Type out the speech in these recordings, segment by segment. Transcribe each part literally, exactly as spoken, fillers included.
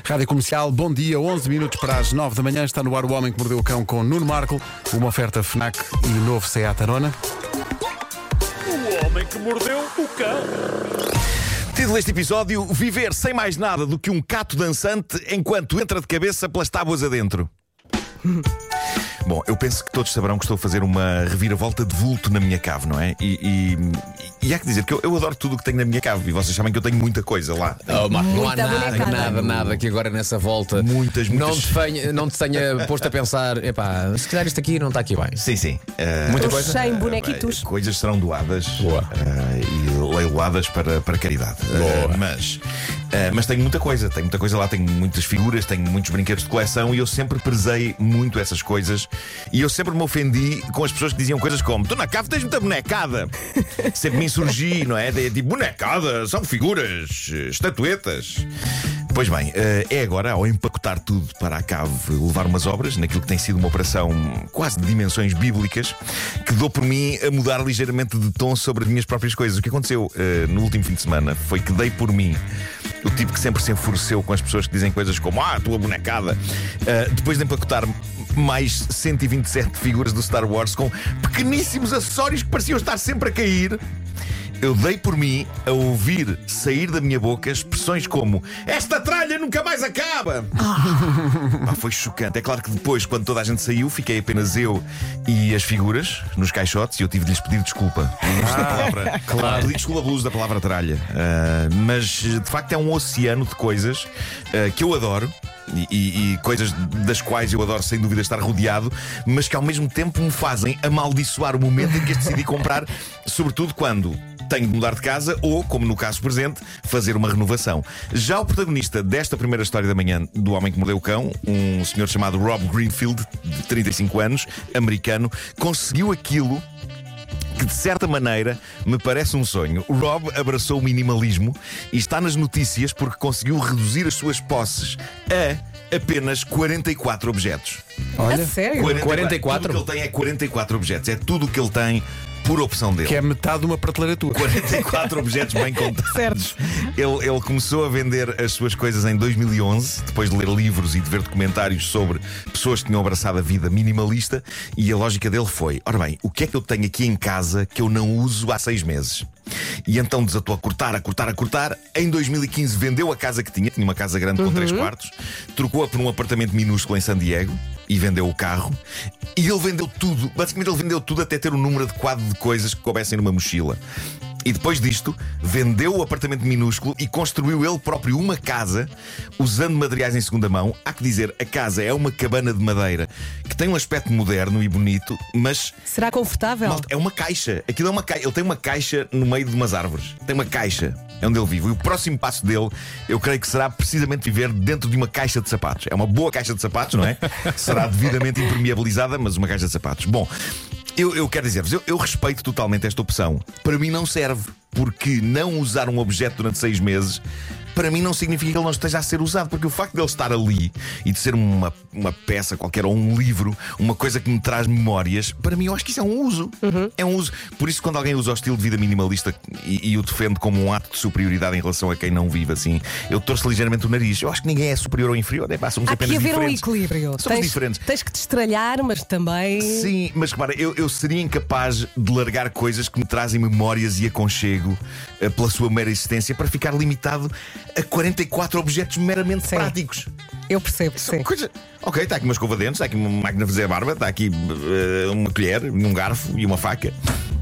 Rádio Comercial, bom dia, onze minutos para as nove da manhã. Está no ar O Homem que Mordeu o Cão com Nuno Marco. Uma oferta FNAC e novo Seat Arona. O Homem que Mordeu o Cão. Título deste episódio: viver sem mais nada do que um cato dançante enquanto entra de cabeça pelas tábuas adentro. Bom, eu penso que todos saberão que estou a fazer uma reviravolta de vulto na minha cave, não é? E, e, e há que dizer que eu, eu adoro tudo o que tenho na minha cave. E vocês sabem que eu tenho muita coisa lá. Oh, Marco, não há Muita nada, bonecada. nada, nada que agora nessa volta Muitas, muitas. Não te tenha, não te tenha posto a pensar, epá, se calhar isto aqui não está aqui bem. Sim, sim. Uh, Muita Estou coisa. sem bonequitos. uh, coisas serão doadas Boa. uh, e leiloadas para, para caridade. Boa. Uh, mas, uh, mas tenho muita coisa. Tenho muita coisa lá. Tenho muitas figuras, tenho muitos brinquedos de coleção. E eu sempre prezei muito essas coisas. E eu sempre me ofendi com as pessoas que diziam coisas como: tu na cave tens muita bonecada. Sempre me insurgi, não é? De, tipo, bonecada, são figuras, estatuetas. Pois bem, é agora, ao empacotar tudo para a cave, levar umas obras, naquilo que tem sido uma operação quase de dimensões bíblicas, que dou por mim a mudar ligeiramente de tom sobre as minhas próprias coisas. O que aconteceu uh, no último fim de semana foi que dei por mim, o tipo que sempre se enfureceu com as pessoas que dizem coisas como: ah, tua bonecada. Uh, depois de empacotar mais cento e vinte e sete figuras do Star Wars com pequeníssimos acessórios que pareciam estar sempre a cair, eu dei por mim a ouvir sair da minha boca expressões como: esta tralha nunca mais acaba! Ah, foi chocante. É claro que depois, quando toda a gente saiu, fiquei apenas eu e as figuras nos caixotes e eu tive de lhes pedir desculpa. Ah, palavra, claro. Pedi desculpa pelo uso da palavra tralha. Uh, mas de facto é um oceano de coisas uh, que eu adoro. E, e, e coisas das quais eu adoro sem dúvida estar rodeado, mas que ao mesmo tempo me fazem amaldiçoar o momento em que as decidi comprar, sobretudo quando tenho de mudar de casa ou, como no caso presente, fazer uma renovação. Já o protagonista desta primeira história da manhã do Homem que Mordeu o Cão, um senhor chamado Rob Greenfield, de trinta e cinco anos, americano, conseguiu aquilo que de certa maneira me parece um sonho. O Rob abraçou o minimalismo e está nas notícias porque conseguiu reduzir as suas posses a apenas quarenta e quatro objetos. A sério? quarenta e quatro? Tudo o que ele tem é quarenta e quatro objetos. É tudo o que ele tem por opção dele. Que é metade de uma prateleira tua. quarenta e quatro objetos bem contados. Certo. Ele, ele começou a vender as suas coisas em dois mil e onze, depois de ler livros e de ver documentários sobre pessoas que tinham abraçado a vida minimalista. E a lógica dele foi: ora bem, o que é que eu tenho aqui em casa que eu não uso há seis meses? E então desatou a cortar, a cortar, a cortar. Em dois mil e quinze vendeu a casa que tinha. Tinha uma casa grande com Uhum. três quartos. Trocou-a por um apartamento minúsculo em San Diego e vendeu o carro. E ele vendeu tudo. Basicamente ele vendeu tudo até ter um número adequado de coisas que coubessem numa mochila. E depois disto, vendeu o apartamento minúsculo e construiu ele próprio uma casa usando materiais em segunda mão. Há que dizer, a casa é uma cabana de madeira que tem um aspecto moderno e bonito, mas Será confortável? malta, é uma caixa. Aquilo é uma caixa. Ele tem uma caixa no meio de umas árvores. Tem uma caixa. É onde ele vive. E o próximo passo dele, eu creio que será precisamente viver dentro de uma caixa de sapatos. É uma boa caixa de sapatos, não é? Será devidamente impermeabilizada, mas uma caixa de sapatos. Bom, eu, eu quero dizer-vos, eu, eu respeito totalmente esta opção. Para mim não serve, porque não usar um objeto durante seis meses, para mim não significa que ele não esteja a ser usado. Porque o facto de ele estar ali e de ser uma, uma peça qualquer ou um livro, uma coisa que me traz memórias, para mim eu acho que isso é um uso. Uhum. É um uso. Por isso, quando alguém usa o estilo de vida minimalista e, e o defende como um ato de superioridade em relação a quem não vive assim, eu torço ligeiramente o nariz. Eu acho que ninguém é superior ou inferior. É, pá, somos Há apenas que haver um diferentes. equilíbrio. Somos tens, diferentes. Tens que te estralhar, mas também. Sim, mas repara, eu, eu seria incapaz de largar coisas que me trazem memórias e aconchego uh, pela sua mera existência para ficar limitado a quarenta e quatro objetos meramente Sim. práticos. Eu percebo, sim. Coisa... Ok, está aqui uma escova de dentes, está aqui uma máquina de fazer a barba, está aqui uh, uma colher, um garfo e uma faca.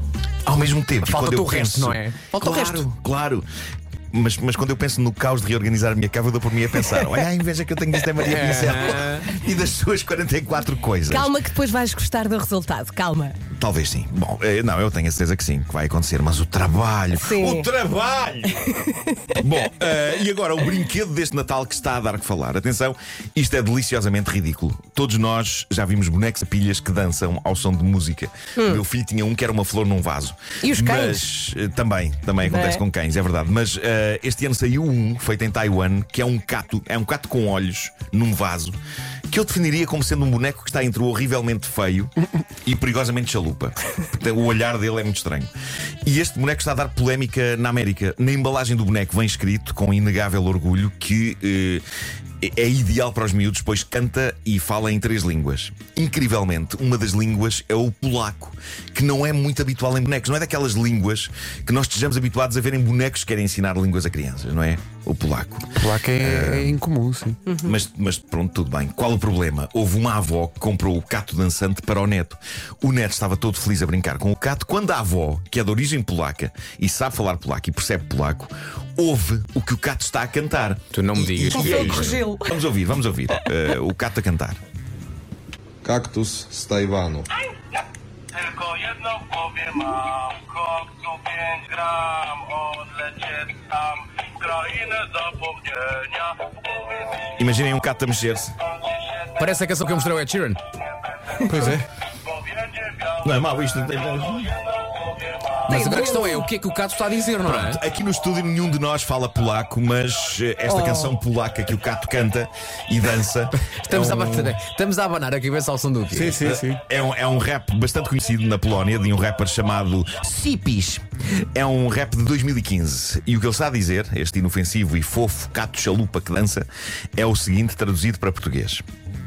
Ao mesmo tempo, Falta quando eu o resto, penso... não é? Falta o claro, resto. Claro. Mas, mas quando eu penso no caos de reorganizar a minha cava, eu dou por mim a pensar: olha a inveja que eu tenho desta Maria Pincel e das suas quarenta e quatro coisas. Calma que depois vais gostar do resultado. Calma. Talvez sim. Bom, eh, não, eu tenho a certeza que sim, que vai acontecer. Mas o trabalho, Sim. o trabalho! Bom, eh, e agora o brinquedo deste Natal que está a dar que falar. Atenção, isto é deliciosamente ridículo. Todos nós já vimos bonecos a pilhas que dançam ao som de música. O meu filho tinha um que era uma flor num vaso. E os cães? Mas eh, também, também acontece É. com cães, é verdade. Mas eh, este ano saiu um, feito em Taiwan, que é um cato, é um cato com olhos num vaso, que eu definiria como sendo um boneco que está entre o horrivelmente feio e perigosamente chalupa. O olhar dele é muito estranho. E este boneco está a dar polémica na América. Na embalagem do boneco vem escrito, com inegável orgulho, que é, é ideal para os miúdos, pois canta e fala em três línguas. Incrivelmente, uma das línguas é o polaco, que não é muito habitual em bonecos. Não é daquelas línguas que nós estejamos habituados a ver em bonecos que querem ensinar línguas a crianças, não é? O polaco. O polaco é, é incomum, sim. Uhum. Mas, mas pronto, tudo bem. Qual o problema? Houve uma avó que comprou o cato dançante para o neto. O neto estava todo feliz a brincar com o cato, quando a avó, que é de origem polaca e sabe falar polaco e percebe polaco, ouve o que o cato está a cantar. Tu não me E- digas e- que e é é isso. corrigi-lo. Vamos ouvir, vamos ouvir uh, o cato a cantar. Kaktus z Tajwanu. Tylko jedno w głowie mam, koksu pięć gram, odlecieć tam, krainę zapomnienia. W głowie mi Imaginem um cato a mexer-se. Parece a canção que eu mostrei ao Ed Sheeran. Pois é. powiedzie wiatr. Não é mau isto. Mas agora a questão é o que é que o Cato está a dizer, não é? Aqui no estúdio nenhum de nós fala polaco, mas eh, esta Oh. canção polaca que o cato canta e dança Estamos, é a um- abanar, estamos a abanar a cabeça ao som do quê? Sim, sim, sim. É um, é um rap bastante conhecido na Polónia, de um rapper chamado Sipis. É um rap de dois mil e quinze. E o que ele está a dizer, este inofensivo e fofo cato chalupa que dança, é o seguinte, traduzido para português: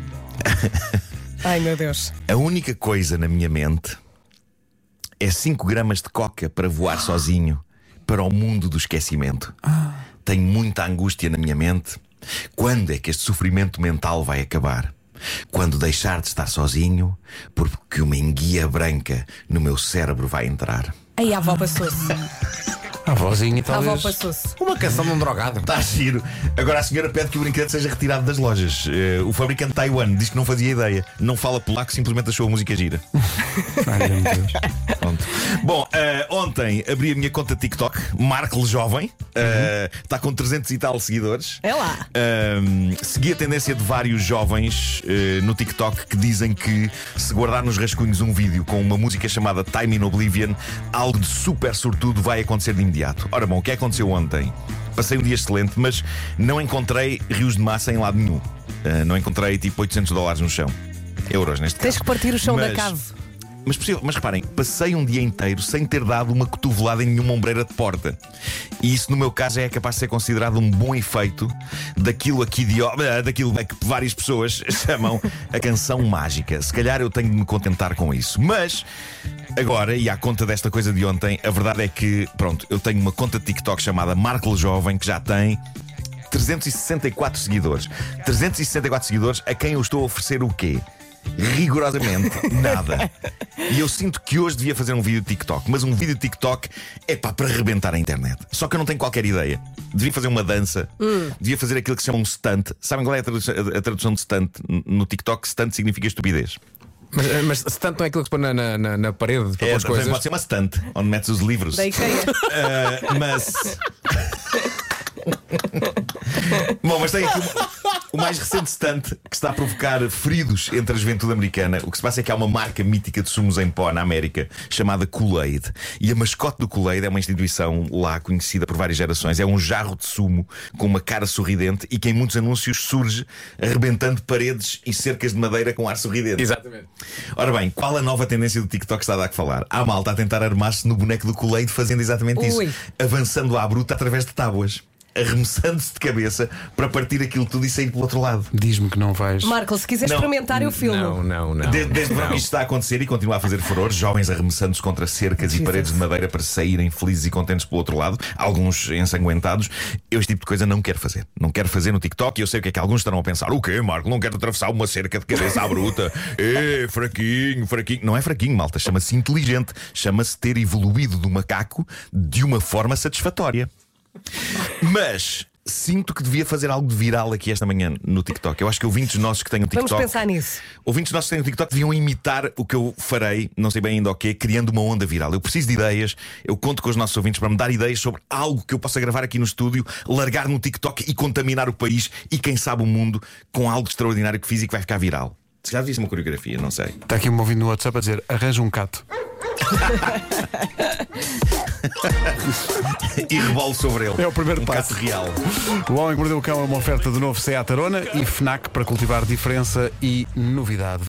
Ai, meu Deus. a única coisa na minha mente é cinco gramas de coca para voar sozinho para o mundo do esquecimento. Tenho muita angústia na minha mente. Quando é que este sofrimento mental vai acabar? Quando deixar de estar sozinho, porque uma enguia branca no meu cérebro vai entrar. Aí a avó passou-se. A vozinha, A avó talvez. passou-se. Uma canção de um drogado. Está giro. Agora a senhora pede que o brinquedo seja retirado das lojas. Eh, o fabricante de Taiwan diz que não fazia ideia. Não fala polaco, simplesmente achou a música gira. Ai, meu Deus. Pronto. Bom, eh, ontem abri a minha conta TikTok, Marco Jovem. Eh, Está com trezentos e tal seguidores. É lá. Ahm, segui a tendência de vários jovens eh, no TikTok que dizem que se guardar nos rascunhos um vídeo com uma música chamada Time in Oblivion, algo de super sortudo vai acontecer de imediato. Ora bom, o que aconteceu ontem? Passei um dia excelente, mas não encontrei rios de massa em lado nenhum. Ah, não encontrei tipo oitocentos dólares no chão. Euros neste Tens caso. que partir o chão da Mas- cave. Mas, possível- mas reparem, passei um dia inteiro sem ter dado uma cotovelada em nenhuma ombreira de porta. E isso, no meu caso, é capaz de ser considerado um bom efeito daquilo aqui de, ah, daquilo que várias pessoas chamam a canção mágica. Se calhar eu tenho de me contentar com isso. Mas agora, e à conta desta coisa de ontem, a verdade é que, pronto, eu tenho uma conta de TikTok chamada Marco Jovem que já tem trezentos e sessenta e quatro seguidores. trezentos e sessenta e quatro seguidores a quem eu estou a oferecer o quê? Rigorosamente nada. E eu sinto que hoje devia fazer um vídeo de TikTok, mas um vídeo de TikTok é pá para arrebentar a internet. Só que eu não tenho qualquer ideia. Devia fazer uma dança, devia fazer aquilo que se chama um stunt. Sabem qual é a tradução, a tradução de stunt? No TikTok, stunt significa estupidez. Mas, mas se tanto não é aquilo que se põe na, na, na- na parede para É, pôr as coisas. pode ser uma stunt, onde metes os livros. Da IKEA. Ah, mas. Bom, mas tem aqui o, o mais recente stunt que está a provocar feridos entre a juventude americana. O que se passa é que há uma marca mítica de sumos em pó na América chamada Kool-Aid. E a mascote do Kool-Aid é uma instituição lá conhecida por várias gerações. É um jarro de sumo com uma cara sorridente e que em muitos anúncios surge arrebentando paredes e cercas de madeira com ar sorridente. Exatamente. Ora bem, qual a nova tendência do TikTok que está a dar que falar? Há malta a tentar armar-se no boneco do Kool-Aid fazendo exatamente isso, Ui. avançando à bruta através de tábuas, arremessando-se de cabeça para partir aquilo tudo e sair pelo outro lado. Diz-me que não vais. Marco, se quiser Não, experimentar, eu filmo. Não, não, não. Desde, desde não. que isto está a acontecer e continua a fazer furor, jovens arremessando-se contra cercas e Jesus. paredes de madeira para saírem felizes e contentes pelo outro lado, alguns ensanguentados. Eu este tipo de coisa não quero fazer. Não quero fazer no TikTok e eu sei o que é que alguns estarão a pensar. O quê, Marco? Não quero atravessar uma cerca de cabeça à bruta. É, fraquinho, fraquinho. Não é fraquinho, malta. Chama-se inteligente. Chama-se ter evoluído do macaco de uma forma satisfatória. Mas sinto que devia fazer algo de viral aqui esta manhã no TikTok. Eu acho que ouvintes nossos que tenham TikTok, Vamos pensar nisso. ouvintes nossos que tenham TikTok deviam imitar o que eu farei, não sei bem ainda o quê, criando uma onda viral. Eu preciso de ideias, eu conto com os nossos ouvintes para me dar ideias sobre algo que eu possa gravar aqui no estúdio, largar no TikTok e contaminar o país e quem sabe o mundo com algo extraordinário que fiz e que vai ficar viral. Se já viste uma coreografia, não sei. Está aqui um ouvindo no WhatsApp a dizer: arranja um cato. E rebolo sobre ele. É o primeiro um passo. caso real. O Homem que Mordeu o Cão é uma oferta de novo Seat Arona e FNAC para cultivar diferença e novidade.